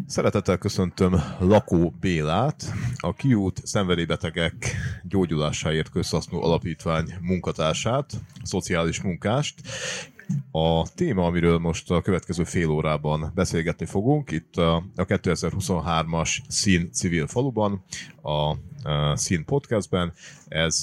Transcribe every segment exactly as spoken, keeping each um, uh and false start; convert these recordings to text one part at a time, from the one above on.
Szeretettel köszöntöm Lakó Bélát, a Kiút Szenvedélybetegek Gyógyulásáért Közhasznú Alapítvány munkatársát, szociális munkást. A téma, amiről most a következő fél órában beszélgetni fogunk, itt a kétezer-huszonhármas Szín Civil Faluban, a Szín Podcastben, ez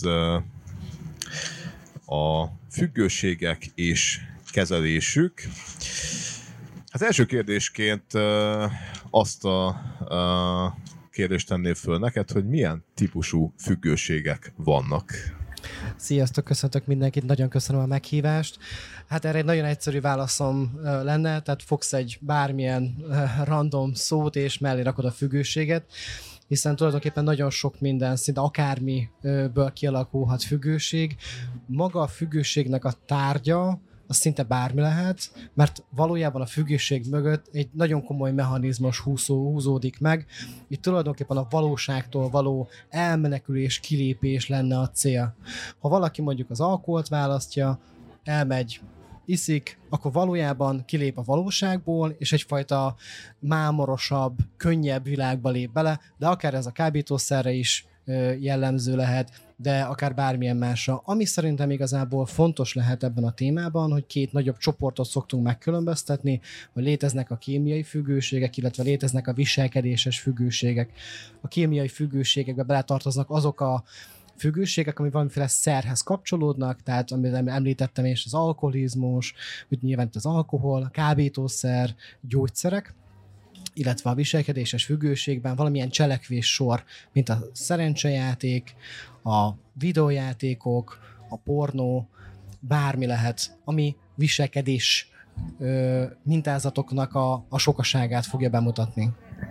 a függőségek és kezelésük. Az első kérdésként azt a kérdést tennél föl neked, hogy milyen típusú függőségek vannak. Sziasztok, köszöntök mindenkit, nagyon köszönöm a meghívást. Hát erre egy nagyon egyszerű válaszom lenne, tehát fogsz egy bármilyen random szót, és mellé rakod a függőséget, hiszen tulajdonképpen nagyon sok minden, szinte akármiből kialakulhat függőség. Maga a függőségnek a tárgya, az szinte bármi lehet, mert valójában a függőség mögött egy nagyon komoly mechanizmus húzó, húzódik meg. Itt tulajdonképpen a valóságtól való elmenekülés, kilépés lenne a cél. Ha valaki mondjuk az alkoholt választja, elmegy, iszik, akkor valójában kilép a valóságból, és egyfajta mámorosabb, könnyebb világba lép bele, de akár ez a kábítószerre is jellemző lehet, de akár bármilyen másra. Ami szerintem igazából fontos lehet ebben a témában, hogy két nagyobb csoportot szoktunk megkülönböztetni, hogy léteznek a kémiai függőségek, illetve léteznek a viselkedéses függőségek. A kémiai függőségekbe beletartoznak azok a függőségek, ami valamiféle szerhez kapcsolódnak, tehát amit említettem és az alkoholizmus, úgy nyilván az alkohol, a kábítószer, gyógyszerek, illetve a viselkedéses függőségben valamilyen cselekvés sor, mint a szerencsejáték, a videójátékok, a pornó, bármi lehet, ami viselkedés ö, mintázatoknak a, a sokaságát fogja bemutatni.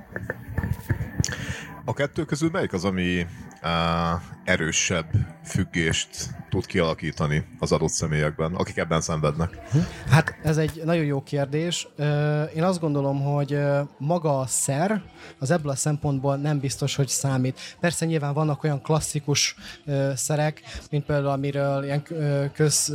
A kettő közül melyik az, ami uh, erősebb függést tud kialakítani az adott személyekben, akik ebben szenvednek? Hát ez egy nagyon jó kérdés. Én azt gondolom, hogy maga a szer az ebből a szempontból nem biztos, hogy számít. Persze nyilván vannak olyan klasszikus szerek, mint például amiről ilyen köz...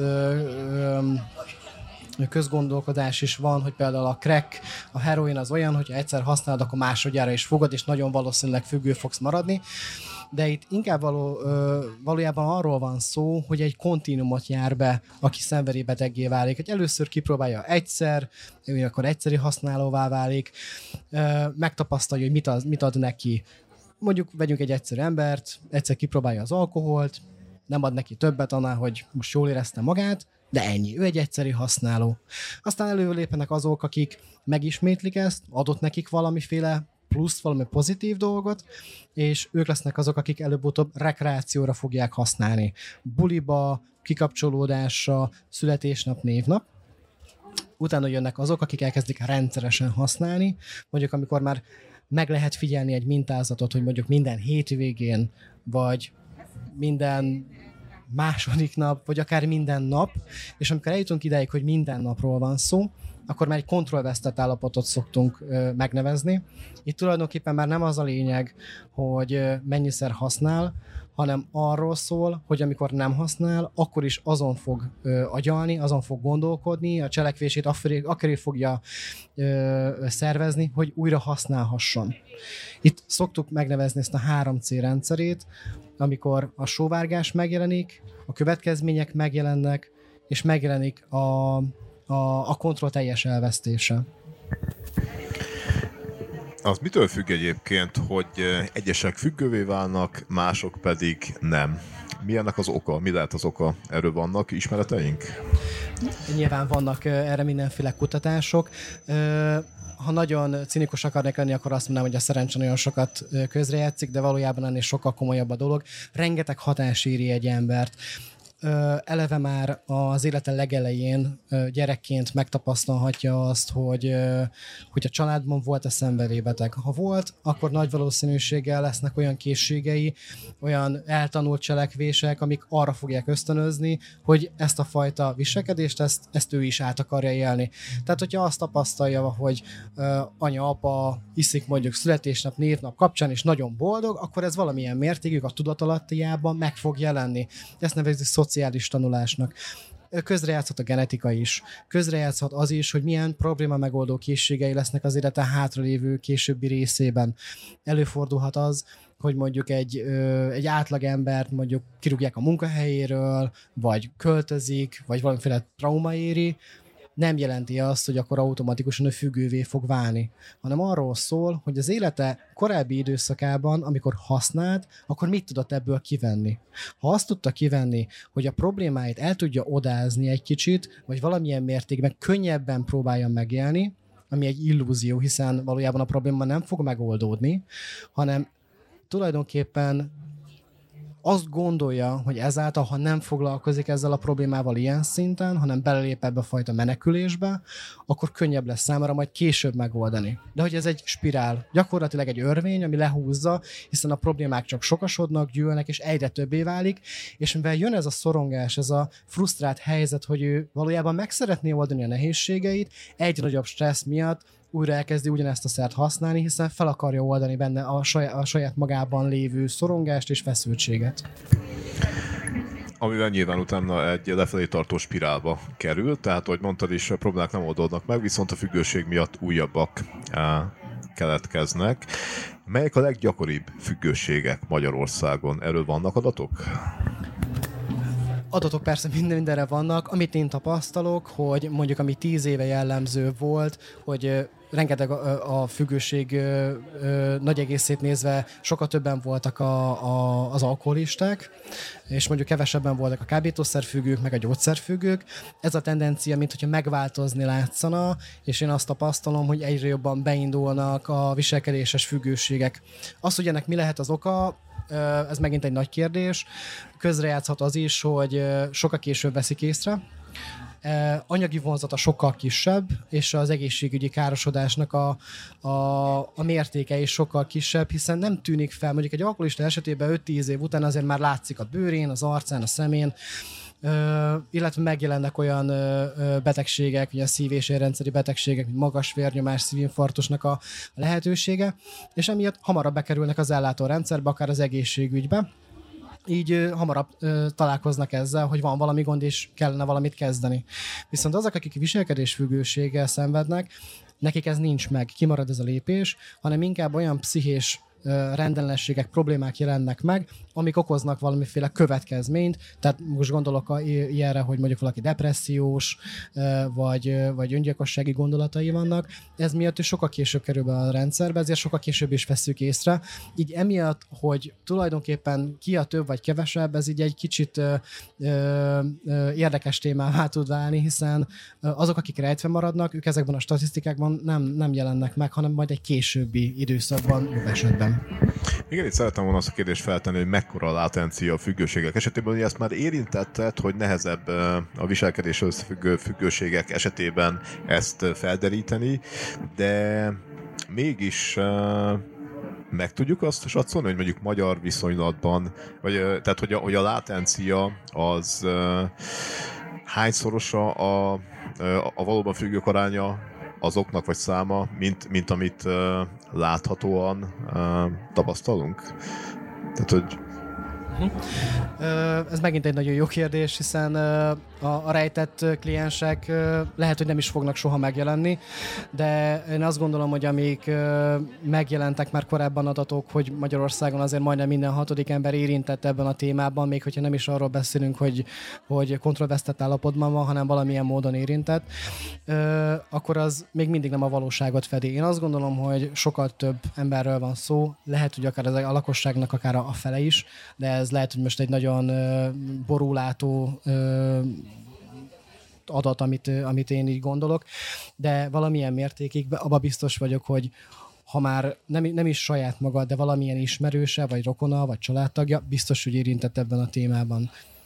közgondolkodás is van, hogy például a crack, a heroin az olyan, hogyha egyszer használod, akkor másodjára is fogod, és nagyon valószínűleg függő fogsz maradni. De itt inkább való, valójában arról van szó, hogy egy kontinuumot jár be, aki szenvedélybeteggé válik. Hogy először kipróbálja egyszer, akkor egyszeri használóvá válik, megtapasztalja, hogy mit ad, mit ad neki. Mondjuk vegyünk egy egyszerű embert, egyszer kipróbálja az alkoholt, nem ad neki többet annál, hogy most jól érezte magát, de ennyi, ő egy egyszeri használó. Aztán előlépenek azok, akik megismétlik ezt, adott nekik valamiféle plusz, valami pozitív dolgot, és ők lesznek azok, akik előbb-utóbb rekreációra fogják használni. Buliba, kikapcsolódásra, születésnap, névnap. Utána jönnek azok, akik elkezdik rendszeresen használni, mondjuk amikor már meg lehet figyelni egy mintázatot, hogy mondjuk minden hétvégén, vagy minden második nap, vagy akár minden nap, és amikor eljutunk ideig, hogy minden napról van szó, akkor már egy kontrollvesztett állapotot szoktunk ö, megnevezni. Itt tulajdonképpen már nem az a lényeg, hogy ö, mennyiszer használ, hanem arról szól, hogy amikor nem használ, akkor is azon fog ö, agyalni, azon fog gondolkodni, a cselekvését akkor fogja ö, szervezni, hogy újra használhasson. Itt szoktuk megnevezni ezt a három cé rendszerét, amikor a sóvárgás megjelenik, a következmények megjelennek, és megjelenik a, a, a kontroll teljes elvesztése. Az mitől függ egyébként, hogy egyesek függővé válnak, mások pedig nem? Mi ennek az oka? Mi lehet az oka? Erről vannak ismereteink? Nyilván vannak erre mindenféle kutatások. Ha nagyon cinikus akarnék lenni, akkor azt mondanám, hogy a szerencse nagyon sokat közrejátszik, de valójában ennél sokkal komolyabb a dolog. Rengeteg hatás éri egy embert. Eleve már az élete legelején gyerekként megtapasztalhatja azt, hogy, hogy a családban volt-e szenvedélybeteg. Ha volt, akkor nagy valószínűséggel lesznek olyan készségei, olyan eltanult cselekvések, amik arra fogják ösztönözni, hogy ezt a fajta viselkedést, ezt, ezt ő is át akarja élni. Tehát, hogyha azt tapasztalja, hogy anya, apa iszik mondjuk születésnap, névnap kapcsán, és nagyon boldog, akkor ez valamilyen mértékig a tudatalattiában meg fog jelenni. Ezt nevezzük szociális tanulásnak. Közrejátszhat a genetika is. Közrejátszhat az is, hogy milyen probléma megoldó készségei lesznek az élete hátralévő későbbi részében. Előfordulhat az, hogy mondjuk egy, ö, egy átlagember mondjuk kirúgják a munkahelyéről, vagy költözik, vagy valamiféle trauma éri, nem jelenti azt, hogy akkor automatikusan ő függővé fog válni, hanem arról szól, hogy az élete korábbi időszakában, amikor használt, akkor mit tudott ebből kivenni. Ha azt tudta kivenni, hogy a problémáit el tudja odázni egy kicsit, vagy valamilyen mértékben könnyebben próbálja megélni, ami egy illúzió, hiszen valójában a probléma nem fog megoldódni, hanem tulajdonképpen azt gondolja, hogy ezáltal, ha nem foglalkozik ezzel a problémával ilyen szinten, hanem belelép ebbe a fajta menekülésbe, akkor könnyebb lesz számára majd később megoldani. De hogy ez egy spirál, gyakorlatilag egy örvény, ami lehúzza, hiszen a problémák csak sokasodnak, gyűlnek, és egyre többé válik, és mivel jön ez a szorongás, ez a frusztrált helyzet, hogy ő valójában meg szeretné oldani a nehézségeit, egy nagyobb stressz miatt újra elkezdi ugyanezt a szert használni, hiszen fel akarja oldani benne a saját, a saját magában lévő szorongást és feszültséget. Amivel nyilván utána egy lefelé tartó spirálba kerül, tehát, ahogy mondtad is, a problémák nem oldódnak meg, viszont a függőség miatt újabbak á, keletkeznek. Melyek a leggyakoribb függőségek Magyarországon? Erről vannak adatok? Adatok persze minden mindenre vannak, amit én tapasztalok, hogy mondjuk ami tíz éve jellemző volt, hogy rengeteg a, a függőség ö, ö, nagy egészét nézve sokkal többen voltak a, a, az alkoholisták, és mondjuk kevesebben voltak a kábítószerfüggők, meg a gyógyszerfüggők. Ez a tendencia, mint hogyha megváltozni látszana, és én azt tapasztalom, hogy egyre jobban beindulnak a viselkedéses függőségek. Az, hogy ennek mi lehet az oka, ez megint egy nagy kérdés. Közrejátszhat az is, hogy sokkal később veszik észre. Anyagi vonzata sokkal kisebb, és az egészségügyi károsodásnak a, a, a mértéke is sokkal kisebb, hiszen nem tűnik fel. Mondjuk egy alkoholista esetében öt-tíz év után azért már látszik a bőrén, az arcán, a szemén, Uh, illetve megjelennek olyan uh, betegségek, ugye a szív- és érrendszeri betegségek, mint magas vérnyomás, szívinfarktusnak a, a lehetősége, és emiatt hamarabb bekerülnek az ellátórendszerbe, akár az egészségügybe. Így uh, hamarabb uh, találkoznak ezzel, hogy van valami gond, és kellene valamit kezdeni. Viszont azok, akik viselkedésfüggőséggel szenvednek, nekik ez nincs meg, kimarad ez a lépés, hanem inkább olyan pszichés rendellenességek, problémák jelennek meg, amik okoznak valamiféle következményt, tehát most gondolok a, ilyenre, hogy mondjuk valaki depressziós, vagy, vagy öngyilkossági gondolatai vannak, ez miatt is sokkal később kerül be a rendszerbe, ezért sokkal később is vesszük észre. Így emiatt, hogy tulajdonképpen ki a több vagy kevesebb, ez így egy kicsit ö, ö, érdekes témává tud válni, hiszen azok, akik rejtve maradnak, ők ezekben a statisztikákban nem, nem jelennek meg, hanem majd egy későbbi időszakban, jobb esetben. Igen, itt szeretem volna azt a kérdést feltenni, hogy mekkora a látencia a függőségek esetében, hogy ezt már érintetted, hogy nehezebb a viselkedés összefüggő függőségek esetében ezt felderíteni, de mégis meg tudjuk azt satszolni, hogy mondjuk magyar viszonylatban, vagy, tehát hogy a, hogy a látencia az hányszorosa a, a valóban függők aránya azoknak vagy száma, mint, mint amit uh, láthatóan uh, tapasztalunk? Tehát, hogy... Ez megint egy nagyon jó kérdés, hiszen a rejtett kliensek lehet, hogy nem is fognak soha megjelenni, de én azt gondolom, hogy amik megjelentek már korábban adatok, hogy Magyarországon azért majdnem minden hatodik ember érintett ebben a témában, még hogyha nem is arról beszélünk, hogy, hogy kontrollvesztett állapotban van, hanem valamilyen módon érintett, akkor az még mindig nem a valóságot fedi. Én azt gondolom, hogy sokkal több emberről van szó, lehet, hogy akár a lakosságnak akár a fele is, de ez lehet, hogy most egy nagyon uh, borúlátó uh, adat, amit, uh, amit én így gondolok, de valamilyen mértékig abba biztos vagyok, hogy ha már nem, nem is saját maga, de valamilyen ismerőse, vagy rokona, vagy családtagja, biztos, hogy érintett ebben a témában.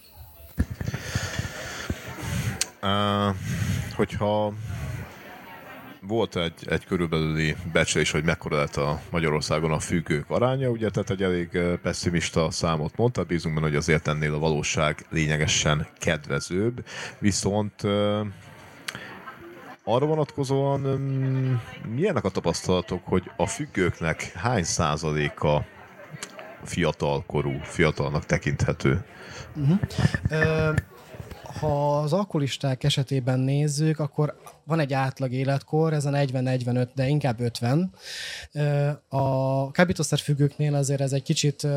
Uh, hogyha volt egy, egy körülbelüli becslés, hogy mekkora lett a Magyarországon a függők aránya, ugye, tehát egy elég pessimista számot mondta, bízunk benne, hogy azért ennél a valóság lényegesen kedvezőbb, viszont uh, arra vonatkozóan um, milyenek a tapasztalatok, hogy a függőknek hány százaléka fiatalkorú, fiatalnak tekinthető? Uh-huh. Uh... Ha az alkoholisták esetében nézzük, akkor van egy átlag életkor, ez a negyven-negyvenöt, de inkább ötven. A kábítószerfüggőknél azért ez egy kicsit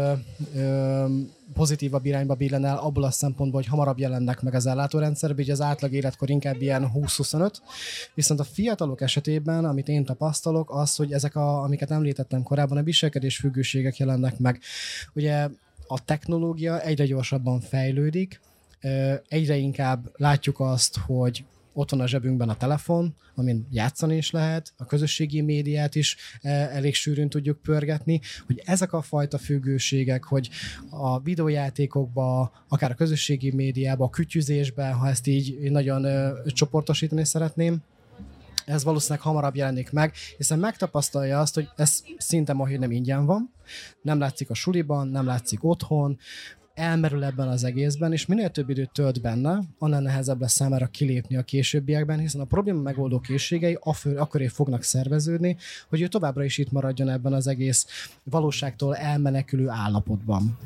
pozitívabb irányba billen el, abból a szempontból, hogy hamarabb jelennek meg az ellátórendszerben, így az átlag életkor inkább ilyen húsz-huszonöt. Viszont a fiatalok esetében, amit én tapasztalok, az, hogy ezek, a, amiket említettem korábban, a viselkedésfüggőségek jelennek meg. Ugye a technológia egyre gyorsabban fejlődik, egyre inkább látjuk azt, hogy ott van a zsebünkben a telefon, amin játszani is lehet, a közösségi médiát is elég sűrűn tudjuk pörgetni, hogy ezek a fajta függőségek, hogy a videójátékokba, akár a közösségi médiába, a kütyüzésbe, ha ezt így nagyon csoportosítani szeretném, ez valószínűleg hamarabb jelenik meg, hiszen megtapasztalja azt, hogy ez szinte majd nem ingyen van, nem látszik a suliban, nem látszik otthon, elmerül ebben az egészben, és minél több időt tölt benne, annál nehezebb lesz számára kilépni a későbbiekben, hiszen a probléma megoldó készségei akkor fognak szerveződni, hogy ő továbbra is itt maradjon ebben az egész valóságtól elmenekülő állapotban.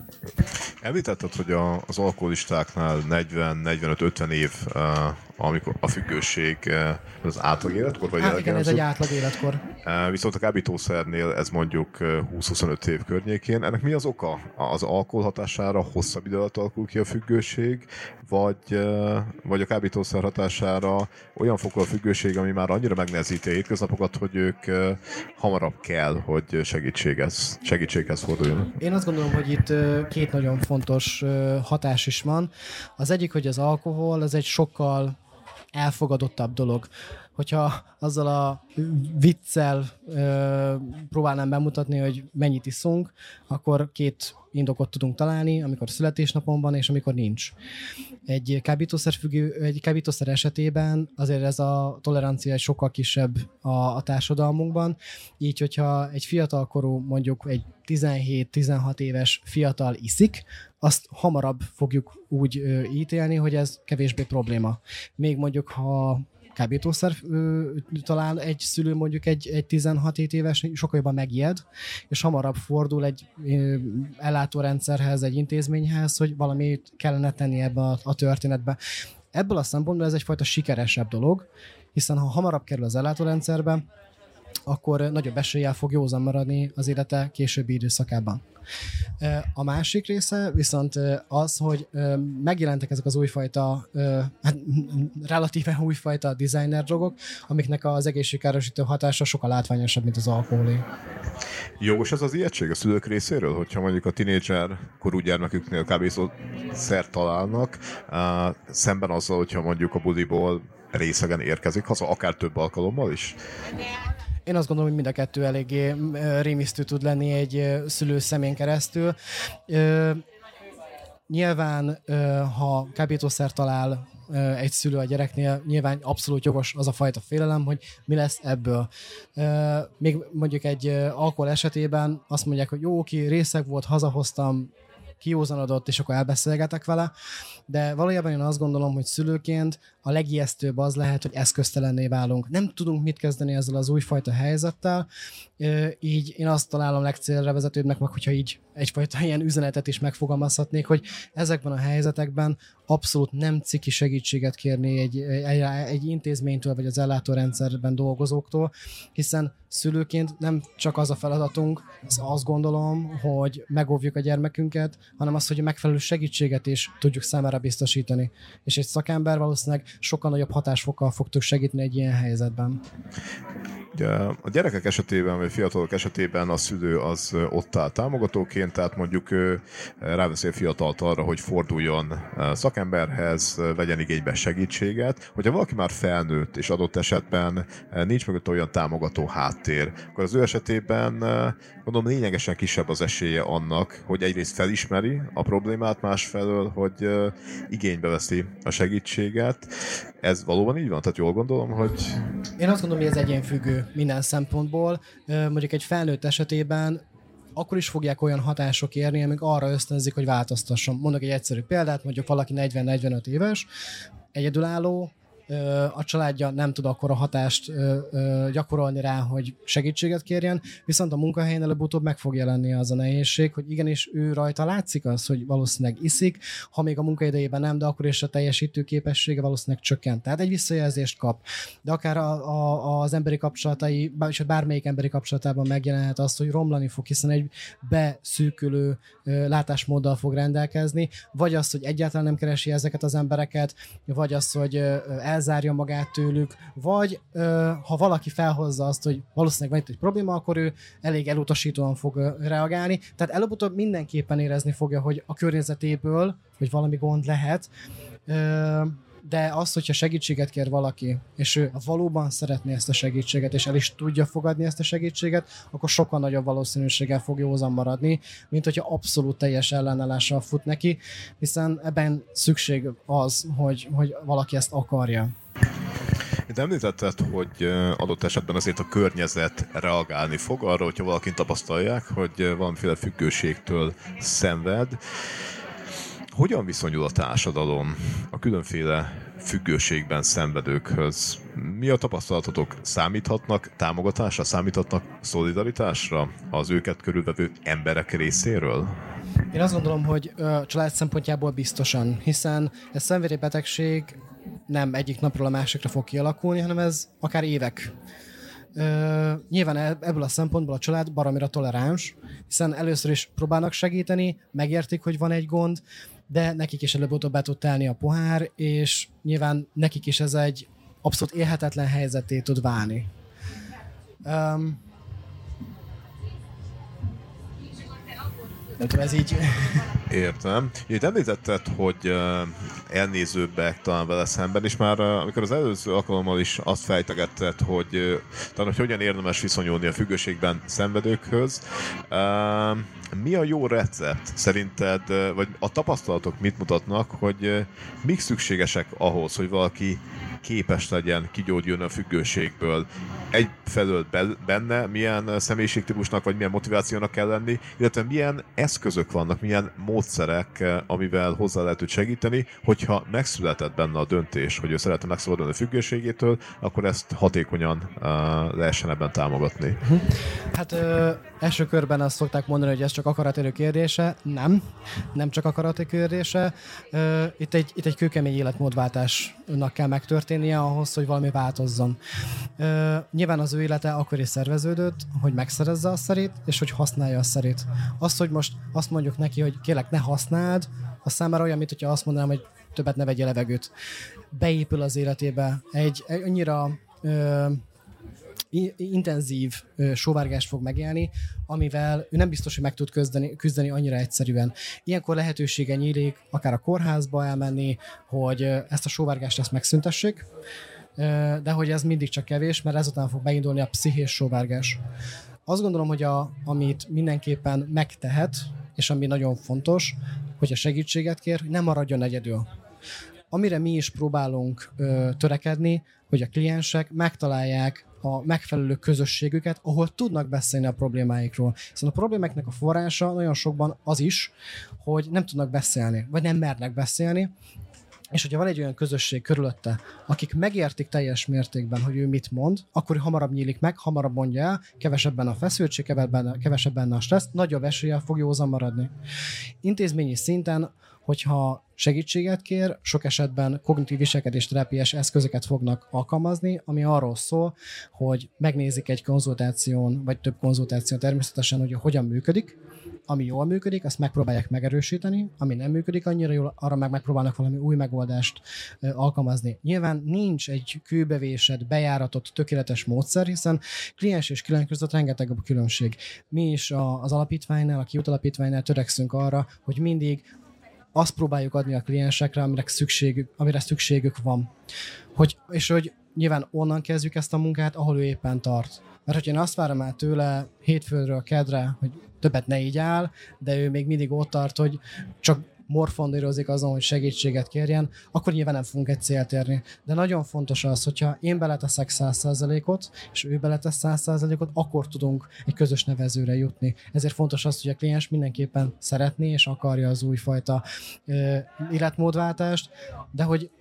Említetted, hogy a, az alkoholistáknál negyven-negyvenöt-ötven év, uh, amikor a függőség uh, az átlag életkor? Vagy hát igen, ez egy átlag életkor. Uh, viszont a kábítószernél ez mondjuk húsz-huszonöt év környékén. Ennek mi az oka? Az alkohol hatására hosszabb idő alatt alakul ki a függőség, vagy, uh, vagy a kábítószer hatására olyan fokú a függőség, ami már annyira megnehezíti a hétköznapokat, hogy ők uh, hamarabb kell, hogy segítséghez, segítséghez forduljanak? Én azt gondolom, hogy itt uh, két nagyon fontos uh, hatás is van. Az egyik, hogy az alkohol, az egy sokkal elfogadottabb dolog. Hogyha azzal a viccel ö, próbálnám bemutatni, hogy mennyit iszunk, akkor két indokot tudunk találni, amikor születésnapon van, és amikor nincs. Egy kábítószerfüggő, egy kábítószer esetében azért ez a tolerancia egy sokkal kisebb a, a társadalmunkban, így hogyha egy fiatalkorú, mondjuk egy tizenhét-tizenhat éves fiatal iszik, azt hamarabb fogjuk úgy ö, ítélni, hogy ez kevésbé probléma. Még mondjuk, ha kábítószer talál egy szülő, mondjuk egy, egy tizenhat éves, sokkal jobban megijed, és hamarabb fordul egy ö, ellátórendszerhez, egy intézményhez, hogy valamit kellene tenni ebbe a, a történetbe. Ebből a szempontból ez egyfajta sikeresebb dolog, hiszen ha hamarabb kerül az ellátórendszerbe, akkor nagyobb eséllyel fog józan maradni az élete későbbi időszakában. A másik része viszont az, hogy megjelentek ezek az újfajta, hát relatíven újfajta designer drogok, amiknek az egészségkárosító hatása sokkal látványosabb, mint az alkoholé. Jogos ez az ijegység a szülők részéről, hogyha mondjuk a tinédzser korú gyermeküknél kábítószert találnak, szemben azzal, hogyha mondjuk a buliból részegen érkezik haza, akár több alkalommal is? Én azt gondolom, hogy mind a kettő eléggé rémisztő tud lenni egy szülő szemén keresztül. Nyilván, ha kábítószer talál egy szülő a gyereknél, nyilván abszolút jogos az a fajta félelem, hogy mi lesz ebből. Még mondjuk egy alkohol esetében azt mondják, hogy jó, ki részeg volt, hazahoztam, kiózanodott, és akkor elbeszélgetek vele, de valójában én azt gondolom, hogy szülőként a legijesztőbb az lehet, hogy eszköztelenné válunk. Nem tudunk mit kezdeni ezzel az újfajta helyzettel, így én azt találom legcélra vezetőbbnek, meg hogyha így egyfajta ilyen üzenetet is megfogalmazhatnék, hogy ezekben a helyzetekben abszolút nem ciki segítséget kérni egy, egy, egy intézménytől, vagy az ellátórendszerben dolgozóktól, hiszen szülőként nem csak az a feladatunk, azt gondolom, hogy megóvjuk a gyermekünket, hanem az, hogy a megfelelő segítséget is tudjuk számára biztosítani. És egy szakember valószínűleg sokkal nagyobb hatásfokkal fog tudni segíteni egy ilyen helyzetben. Ugye, a gyerekek esetében, vagy fiatalok esetében a szülő az ott áll támogatóként, tehát mondjuk ráveszi a fiatalt arra, hogy forduljon szakemberhez, vegyen igénybe segítséget. Hogyha valaki már felnőtt, és adott esetben nincs mögött olyan támogató háttér, akkor az ő esetében gondolom lényegesen kisebb az esélye annak, hogy egyrészt felismeri a problémát, másfelől, hogy igénybe veszi a segítséget. Ez valóban így van? Tehát jól gondolom, hogy... Én azt gondolom, hogy ez egyénfüggő minden szempontból. Mondjuk egy felnőtt esetében akkor is fogják olyan hatások érni, amik arra ösztönzik, hogy változtasson. Mondok egy egyszerű példát, mondjuk valaki negyven-negyvenöt éves, egyedülálló, a családja nem tud akkora hatást gyakorolni rá, hogy segítséget kérjen, viszont a munkahelyen előbb-utóbb meg fog jelenni az a nehézség, hogy igenis ő rajta látszik az, hogy valószínűleg iszik, ha még a munkaidejében nem, de akkor is a teljesítő képessége valószínűleg csökkent. Tehát egy visszajelzést kap. De akár a, a, az emberi kapcsolatai, és bármelyik emberi kapcsolatában megjelenhet az, hogy romlani fog, hiszen egy beszűkülő látásmóddal fog rendelkezni, vagy az, hogy egyáltalán nem keresi ezeket az embereket, vagy az, hogy elzárja magát tőlük, vagy ha valaki felhozza azt, hogy valószínűleg van itt egy probléma, akkor ő elég elutasítóan fog reagálni. Tehát előbb-utóbb mindenképpen érezni fogja, hogy a környezetéből, hogy valami gond lehet, de az, hogyha segítséget kér valaki, és ő valóban szeretné ezt a segítséget, és el is tudja fogadni ezt a segítséget, akkor sokkal nagyobb valószínűséggel fog józan maradni, mint hogyha abszolút teljes ellenállással fut neki, hiszen ebben szükség az, hogy, hogy valaki ezt akarja. Itt említetted, hogy adott esetben azért a környezet reagálni fog arra, hogyha valakin tapasztalják, hogy valamiféle függőségtől szenved. Hogyan viszonyul a társadalom a különféle függőségben szenvedőkhöz? Mi a tapasztalatotok? Számíthatnak támogatásra, számíthatnak szolidaritásra az őket körülvevő emberek részéről? Én azt gondolom, hogy a család szempontjából biztosan, hiszen ez szenvedély betegség nem egyik napról a másikra fog kialakulni, hanem ez akár évek. Ö, nyilván ebből a szempontból a család baromira toleráns, hiszen először is próbálnak segíteni, megértik, hogy van egy gond, de nekik is előbb-utóbb be tud telni a pohár, és nyilván nekik is ez egy abszolút élhetetlen helyzetté tud válni. Um, nem tudom, ez így... Értem. Itt említetted, hogy elnézőbbek talán vele szemben, és már amikor az előző alkalommal is azt fejtegetted, hogy talán, hogy hogyan érdemes viszonyulni a függőségben szenvedőkhöz. Mi a jó recept szerinted, vagy a tapasztalatok mit mutatnak, hogy mik szükségesek ahhoz, hogy valaki képes legyen kigyógyulni a függőségből? Egyfelől benne milyen személyiségtípusnak, vagy milyen motivációnak kell lenni, illetve milyen eszközök vannak, milyen módszerek, amivel hozzá lehet őt segíteni, hogyha megszületett benne a döntés, hogy ő szeretne megszabadulni a függőségétől, akkor ezt hatékonyan uh, lehessen ebben támogatni. Hát ö, első körben azt szokták mondani, hogy ez csak akaratérő kérdése. Nem, nem csak akarati kérdése. Ö, itt, egy, itt egy kőkemény életmódváltásnak kell megtörténnie ahhoz, hogy valami változzon. Ö, nyilván az ő élete akkor is szerveződött, hogy megszerezze a szerét, és hogy használja a szerét. Az, hogy most azt mondjuk neki, hogy kérlek, ne használd, az számára olyan, mint hogyha azt mondanám, hogy többet ne vegyél levegőt. Beépül az életébe egy, egy annyira ö, intenzív ö, sóvárgást fog megélni, amivel ő nem biztos, hogy meg tud küzdeni, küzdeni annyira egyszerűen. Ilyenkor lehetősége nyílik, akár a kórházba elmenni, hogy ezt a sóvárgást ezt megszüntessék, de hogy ez mindig csak kevés, mert ezután fog beindulni a pszichés sóvárgás. Azt gondolom, hogy a, amit mindenképpen megtehet, és ami nagyon fontos, hogy a segítséget kér, hogy nem maradjon egyedül. Amire mi is próbálunk ö, törekedni, hogy a kliensek megtalálják a megfelelő közösségüket, ahol tudnak beszélni a problémáikról. Hiszen a problémáknak a forrása nagyon sokban az is, hogy nem tudnak beszélni, vagy nem mernek beszélni, és hogyha van egy olyan közösség körülötte, akik megértik teljes mértékben, hogy ő mit mond, akkor hamarabb nyílik meg, hamarabb mondja el, kevesebben a feszültség, kevesebben a stressz, nagyobb eséllyel fog józan maradni. Intézményi szinten, hogyha segítséget kér, sok esetben kognitív viselkedésterápiás eszközöket fognak alkalmazni, ami arról szól, hogy megnézik egy konzultáción, vagy több konzultáción természetesen, hogy hogyan működik, ami jól működik, azt megpróbálják megerősíteni, ami nem működik annyira jól, arra meg megpróbálnak valami új megoldást ö, alkalmazni. Nyilván nincs egy kőbevésett, bejáratott, tökéletes módszer, hiszen kliens és kliens között rengeteg a különbség. Mi is a, az alapítványnál, a Kiút alapítványnál törekszünk arra, hogy mindig azt próbáljuk adni a kliensekre, amire szükségük, amire szükségük van. Hogy, és hogy nyilván onnan kezdjük ezt a munkát, ahol ő éppen tart. Mert hogyha én azt várom el tőle hétfőről kedre, hogy többet ne így áll, de ő még mindig ott tart, hogy csak morfondírozik azon, hogy segítséget kérjen, akkor nyilván nem fogunk egy célt érni. De nagyon fontos az, hogyha én beleteszek száz százalékot, és ő beletesz száz százalékot, akkor tudunk egy közös nevezőre jutni. Ezért fontos az, hogy a kliens mindenképpen szeretné és akarja az újfajta ö, életmódváltást, de hogy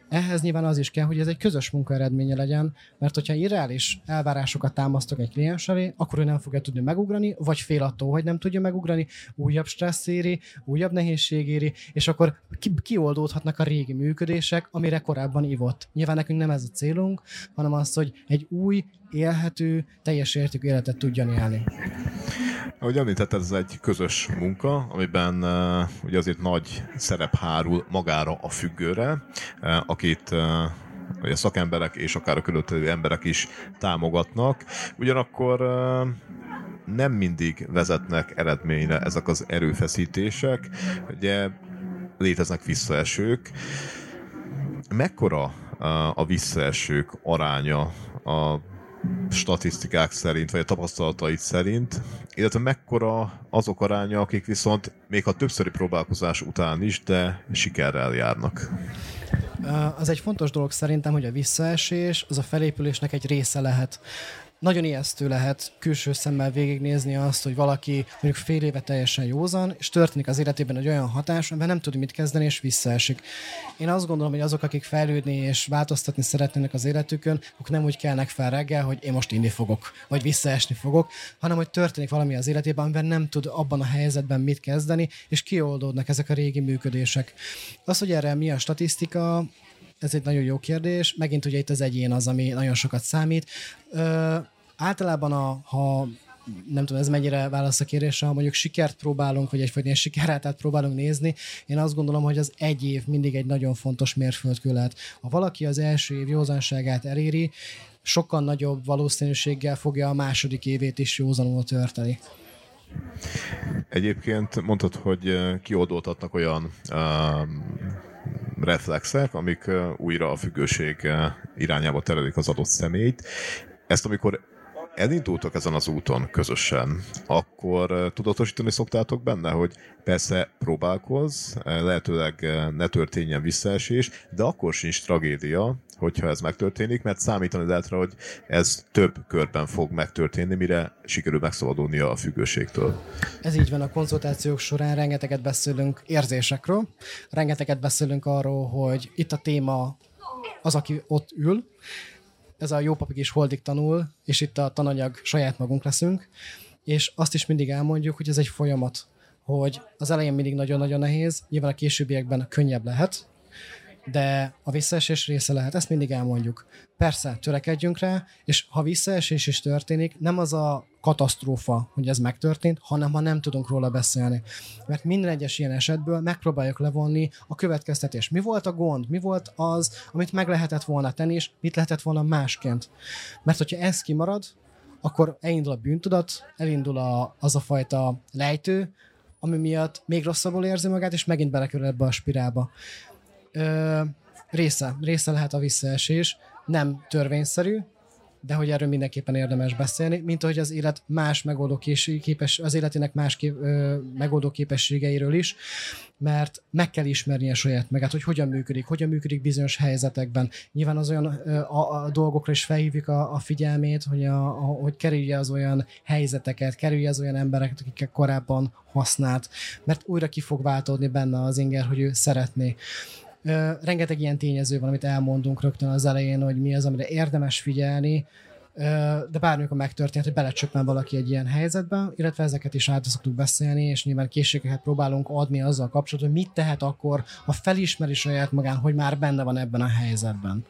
Ehhez nyilván az is kell, hogy ez egy közös munka eredménye legyen, mert hogyha irreális elvárásokat támasztok egy kliens elé, akkor ő nem fogja tudni megugrani, vagy fél attól, hogy nem tudja megugrani, újabb stressz éri, újabb nehézség éri, és akkor ki- kioldódhatnak a régi működések, amire korábban ivott. Nyilván nekünk nem ez a célunk, hanem az, hogy egy új, élhető, teljes értékű életet tudjon élni. Ahogy említetted, ez egy közös munka, amiben uh, ugye azért nagy szerep hárul magára a függőre, uh, akit uh, a szakemberek és akár a körülöttő emberek is támogatnak. Ugyanakkor uh, nem mindig vezetnek eredményre ezek az erőfeszítések. Ugye léteznek visszaesők. Mekkora uh, a visszaesők aránya a statisztikák szerint, vagy a tapasztalataid szerint, illetve mekkora azok aránya, akik viszont még a többszöri próbálkozás után is, de sikerrel járnak? Az egy fontos dolog szerintem, hogy a visszaesés az a felépülésnek egy része lehet. Nagyon ijesztő lehet külső szemmel végignézni azt, hogy valaki mondjuk fél éve teljesen józan, és történik az életében egy olyan hatás, amiben nem tud mit kezdeni, és visszaesik. Én azt gondolom, hogy azok, akik fejlődni és változtatni szeretnének az életükön, ők nem úgy kelnek fel reggel, hogy én most inni fogok, vagy visszaesni fogok, hanem hogy történik valami az életében, amiben nem tud abban a helyzetben mit kezdeni, és kioldódnak ezek a régi működések. Az, hogy erre mi a statisztika, ez egy nagyon jó kérdés. Megint ugye itt az egyén az, ami nagyon sokat számít. Ö, általában, a, ha nem tudom, ez mennyire válasz a kérdésre, ha mondjuk sikert próbálunk, vagy egyfajta ilyen sikerrátát próbálunk nézni, én azt gondolom, hogy az egy év mindig egy nagyon fontos mérföldkő lehet. Ha valaki az első év józanságát eléri, sokkal nagyobb valószínűséggel fogja a második évét is józanul tölteni. Egyébként mondtad, hogy kioldódhatnak olyan um, reflexek, amik uh, újra a függőség uh, irányába terelik az adott személyt. Ezt amikor elindultok ezen az úton közösen, akkor uh, tudatosítani szoktátok benne, hogy persze próbálkozz, uh, lehetőleg uh, ne történjen visszaesés, de akkor sincs tragédia, hogyha ez megtörténik, mert számítani lehet rá, hogy ez több körben fog megtörténni, mire sikerül megszabadulnia a függőségtől. Ez így van, a konzultációk során rengeteget beszélünk érzésekről, rengeteget beszélünk arról, hogy itt a téma az, aki ott ül, ez a jó papig is holdig tanul, és itt a tananyag saját magunk leszünk, és azt is mindig elmondjuk, hogy ez egy folyamat, hogy az elején mindig nagyon-nagyon nehéz, nyilván a későbbiekben könnyebb lehet, de a visszaesés része lehet, ezt mindig elmondjuk. Persze, törekedjünk rá, és ha visszaesés is történik, nem az a katasztrófa, hogy ez megtörtént, hanem ha nem tudunk róla beszélni. Mert minden egyes ilyen esetből megpróbáljuk levonni a következtetést. Mi volt a gond? Mi volt az, amit meg lehetett volna tenni, és mit lehetett volna másként? Mert hogyha ez kimarad, akkor elindul a bűntudat, elindul a, az a fajta lejtő, ami miatt még rosszabbul érzi magát, és megint belekerül ebbe a spirálba. Ö, része, része lehet a visszaesés, nem törvényszerű, de hogy erről mindenképpen érdemes beszélni, mint ahogy az élet más megoldó képes, az életének más kép, ö, megoldó képességeiről is, mert meg kell ismernie saját magát, hogy hogyan működik, hogyan működik bizonyos helyzetekben. Nyilván az olyan ö, a, a dolgokra is felhívjuk a, a figyelmét, hogy, a, a, hogy kerülje az olyan helyzeteket, kerülje az olyan embereket, akikkel korábban használt, mert újra ki fog váltódni benne az inger, hogy ő szeretné. Uh, rengeteg ilyen tényező van, amit elmondunk rögtön az elején, hogy mi az, amire érdemes figyelni, uh, de bármikor megtörtént, hogy belecsöppen valaki egy ilyen helyzetbe, illetve ezeket is át szoktuk beszélni, és nyilván készségeket próbálunk adni azzal kapcsolatban, hogy mit tehet akkor, ha felismeri saját magán, hogy már benne van ebben a helyzetben.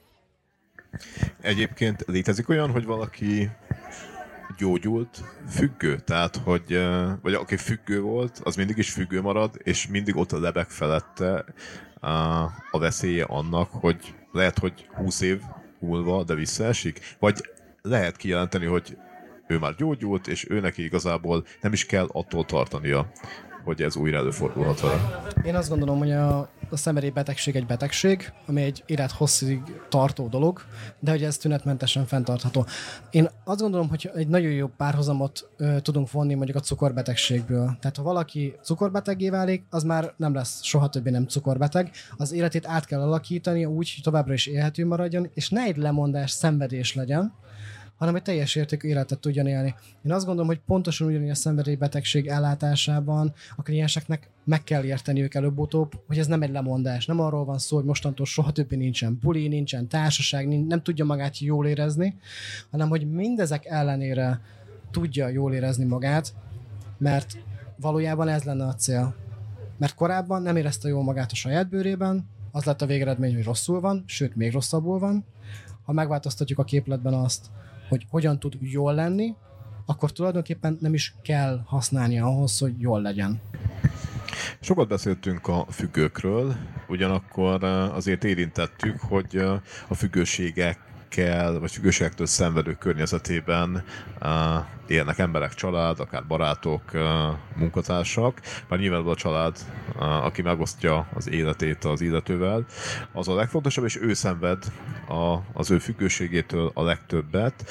Egyébként létezik olyan, hogy valaki gyógyult függő, tehát hogy, vagy aki függő volt, az mindig is függő marad, és mindig ott lebeg felette a veszélye annak, hogy lehet, hogy húsz év múlva, de visszaesik, vagy lehet kijelenteni, hogy ő már gyógyult, és ő neki igazából nem is kell attól tartania, hogy ez újra előfordulhat vele. Én azt gondolom, hogy a, a szenvedély betegség egy betegség, ami egy élethosszig tartó dolog, de hogy ez tünetmentesen fenntartható. Én azt gondolom, hogy egy nagyon jó párhuzamot ö, tudunk vonni mondjuk a cukorbetegségből. Tehát ha valaki cukorbeteggé válik, az már nem lesz soha többé nem cukorbeteg. Az életét át kell alakítani úgy, hogy továbbra is élhető maradjon, és ne egy lemondás, szenvedés legyen, hanem egy teljes értékű életet tudjon élni. Én azt gondolom, hogy pontosan ugyanilyen a szenvedélybetegség ellátásában a klienseknek meg kell érteniük előbb-utóbb, hogy ez nem egy lemondás. Nem arról van szó, hogy mostantól soha többé nincsen buli, nincsen társaság, nem tudja magát jól érezni, hanem hogy mindezek ellenére tudja jól érezni magát, mert valójában ez lenne a cél. Mert korábban nem érezte jól magát a saját bőrében, az lett a végeredmény, hogy rosszul van, sőt, még rosszabbul van. Ha megváltoztatjuk a képletben azt, hogy hogyan tud jól lenni, akkor tulajdonképpen nem is kell használni ahhoz, hogy jól legyen. Sokat beszéltünk a függőkről, ugyanakkor azért érintettük, hogy a függőségek kell, vagy függőségektől szenvedő környezetében uh, élnek emberek, család, akár barátok, uh, munkatársak. Már nyilván a család, uh, aki megosztja az életét az illetővel, az a legfontosabb, és ő szenved a, az ő függőségétől a legtöbbet.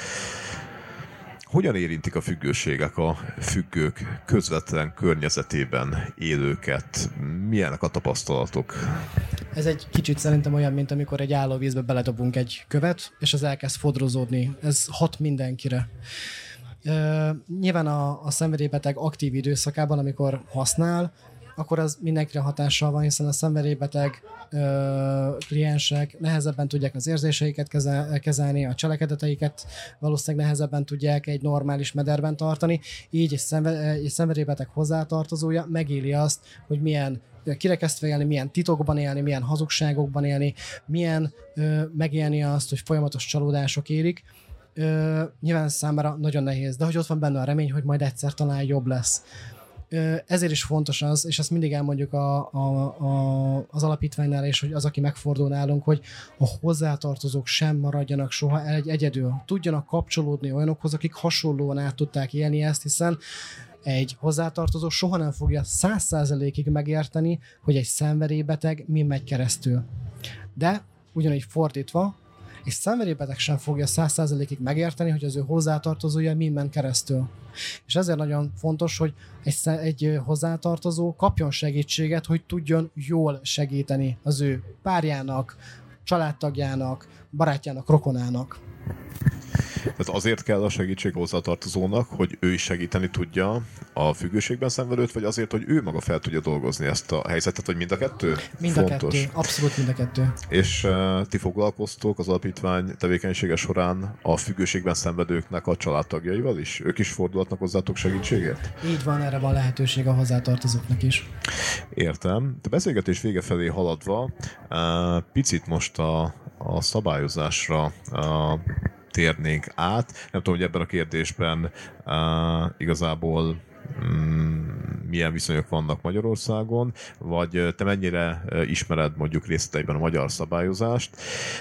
Hogyan érintik a függőségek a függők közvetlen környezetében élőket? Milyenek a tapasztalatok? Ez egy kicsit szerintem olyan, mint amikor egy állóvízbe beledobunk egy követ, és az elkezd fodrozódni. Ez hat mindenkire. Uh, nyilván a, a szenvedélybeteg aktív időszakában, amikor használ, akkor az mindenkire hatással van, hiszen a szenvedélybeteg ö, kliensek nehezebben tudják az érzéseiket kezel, kezelni, a cselekedeteiket valószínűleg nehezebben tudják egy normális mederben tartani, így egy, szenve, egy szenvedélybeteg hozzátartozója megéli azt, hogy milyen kirekesztve élni, milyen titokban élni, milyen hazugságokban élni, milyen ö, megélni azt, hogy folyamatos csalódások érik. Ö, nyilván számára nagyon nehéz, de hogy ott van benne a remény, hogy majd egyszer talán jobb lesz. Ezért is fontos az, és ezt mindig elmondjuk a, a, a, az alapítványnál is, hogy az, aki megfordul nálunk, hogy a hozzátartozók sem maradjanak soha egy egyedül. Tudjanak kapcsolódni olyanokhoz, akik hasonlóan át tudták élni ezt, hiszen egy hozzátartozó soha nem fogja száz százalékig megérteni, hogy egy szenvedélybeteg min megy keresztül. De ugyanígy fordítva, és szenvedélybeteg sem fogja száz százalékig megérteni, hogy az ő hozzátartozója min ment keresztül. És ezért nagyon fontos, hogy egy, egy hozzátartozó kapjon segítséget, hogy tudjon jól segíteni az ő párjának, családtagjának, barátjának, rokonának. Tehát azért kell a segítség hozzátartozónak, hogy ő is segíteni tudja a függőségben szenvedőt, vagy azért, hogy ő maga fel tudja dolgozni ezt a helyzetet, vagy mind a kettő? Mind a Fontos. kettő, abszolút mind a kettő. És uh, ti foglalkoztok az alapítvány tevékenysége során a függőségben szenvedőknek a családtagjaival is? Ők is fordulhatnak hozzátok segítségért? Így van, erre van lehetőség a hozzátartozóknak is. Értem. De beszélgetés vége felé haladva, uh, picit most a, a szabályozásra uh, térnénk át. Nem tudom, hogy ebben a kérdésben uh, igazából um, milyen viszonyok vannak Magyarországon, vagy te mennyire uh, ismered mondjuk részleteiben a magyar szabályozást,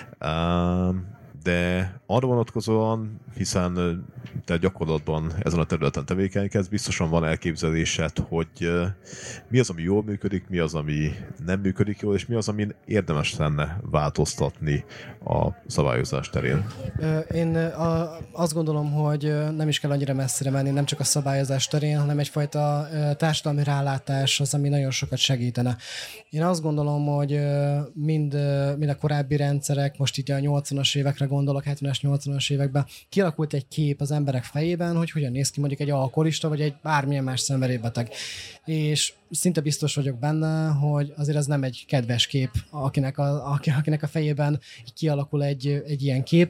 uh, de arra vonatkozóan, hiszen te gyakorlatban ezen a területen tevékenykedsz, biztosan van elképzelésed, hogy mi az, ami jól működik, mi az, ami nem működik jól, és mi az, amin érdemes lenne változtatni a szabályozás terén. Én azt gondolom, hogy nem is kell annyira messzire menni, nem csak a szabályozás terén, hanem egyfajta társadalmi rálátás az, ami nagyon sokat segítene. Én azt gondolom, hogy mind, mind a korábbi rendszerek, most itt a nyolcvanas évekre gondolok, hetvenes, nyolcvanas években kialakult egy kép az emberek fejében, hogy hogyan néz ki mondjuk egy alkoholista, vagy egy bármilyen más szenvedélybeteg. És szinte biztos vagyok benne, hogy azért ez nem egy kedves kép, akinek a, akinek a fejében kialakul egy, egy ilyen kép.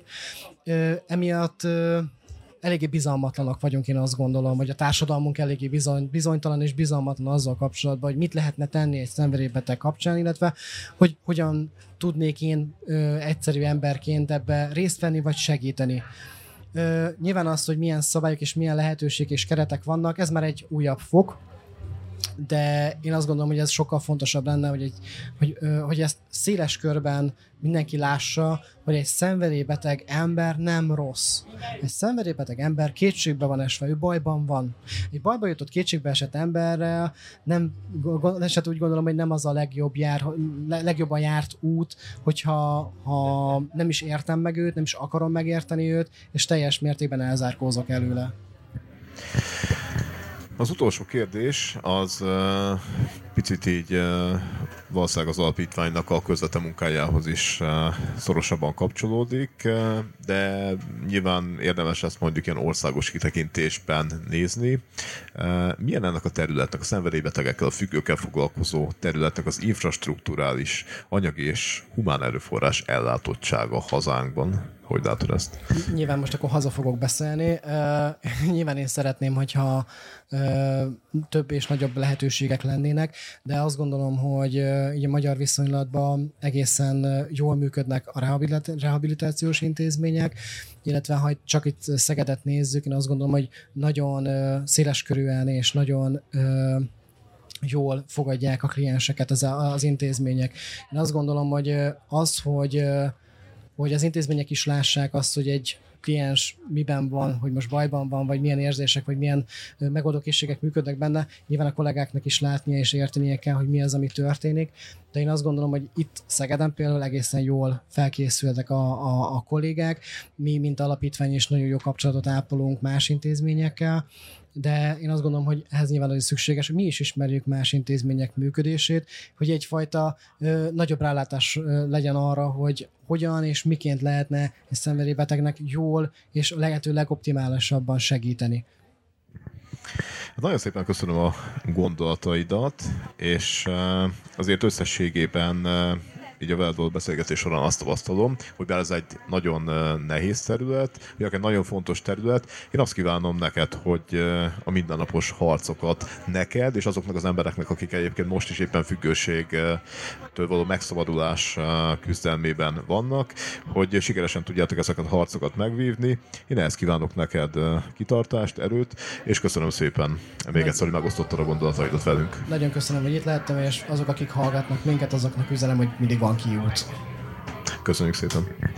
Emiatt eléggé bizalmatlanak vagyunk, én azt gondolom, hogy a társadalmunk eléggé bizony, bizonytalan és bizalmatlan azzal kapcsolatban, hogy mit lehetne tenni egy szenvedélybeteg kapcsán, illetve hogy hogyan tudnék én ö, egyszerű emberként ebbe részt venni, vagy segíteni. Ö, nyilván az, hogy milyen szabályok és milyen lehetőségek és keretek vannak, ez már egy újabb fok, de én azt gondolom, hogy ez sokkal fontosabb lenne, hogy, egy, hogy, ö, hogy ezt széles körben mindenki lássa, hogy egy szenvedélybeteg ember nem rossz. Egy szenvedélybeteg ember kétségbe van esve, ő bajban van. Egy bajba jutott, kétségbe esett emberrel nem, eset úgy gondolom, hogy nem az a legjobb jár, legjobban járt út, hogyha ha nem is értem meg őt, nem is akarom megérteni őt, és teljes mértékben elzárkózok előle. Az utolsó kérdés az uh, picit így uh, valószínűleg az alapítványnak a közvetlen munkájához is szorosabban kapcsolódik, de nyilván érdemes ezt mondjuk ilyen országos kitekintésben nézni. Milyen ennek a területnek, a szenvedélybetegekkel, a függőkkel foglalkozó területnek az infrastrukturális, anyagi és humán erőforrás ellátottsága hazánkban? Hogy látod ezt? Nyilván most akkor haza fogok beszélni. Uh, nyilván én szeretném, hogyha uh, több és nagyobb lehetőségek lennének, de azt gondolom, hogy uh, így a magyar viszonylatban egészen uh, jól működnek a rehabilit- rehabilitációs intézmények, illetve ha csak itt Szegedet nézzük, én azt gondolom, hogy nagyon uh, széleskörűen és nagyon uh, jól fogadják a klienseket az, az intézmények. Én azt gondolom, hogy az, hogy hogy az intézmények is lássák azt, hogy egy kliens miben van, hogy most bajban van, vagy milyen érzések, vagy milyen megoldókészségek működnek benne, nyilván a kollégáknak is látnia és értenie kell, hogy mi az, ami történik. De én azt gondolom, hogy itt Szegeden például egészen jól felkészültek a, a, a kollégák. Mi, mint alapítvány is nagyon jó kapcsolatot ápolunk más intézményekkel, de én azt gondolom, hogy ehhez nyilván az is szükséges, hogy mi is ismerjük más intézmények működését, hogy egyfajta ö, nagyobb rálátás ö, legyen arra, hogy hogyan és miként lehetne egy szenvedélybetegnek jól és lehető legoptimálisabban segíteni. Nagyon szépen köszönöm a gondolataidat, és azért összességében így a veled való beszélgetés során azt tapasztalom, hogy bár ez egy nagyon nehéz terület, vagy akár nagyon fontos terület, én azt kívánom neked, hogy a mindennapos harcokat neked és azoknak az embereknek, akik egyébként most is éppen függőségtől való megszabadulás küzdelmében vannak, hogy sikeresen tudjátok ezeket a harcokat megvívni. Én ehhez kívánok neked kitartást, erőt, és köszönöm szépen még egyszer, hogy megosztottad a gondolataidat velünk. Nagyon köszönöm, hogy itt lehettem, és azok, akik hallgatnak minket, azoknak üzenem, hogy mindig van kiút. Köszönjük szépen!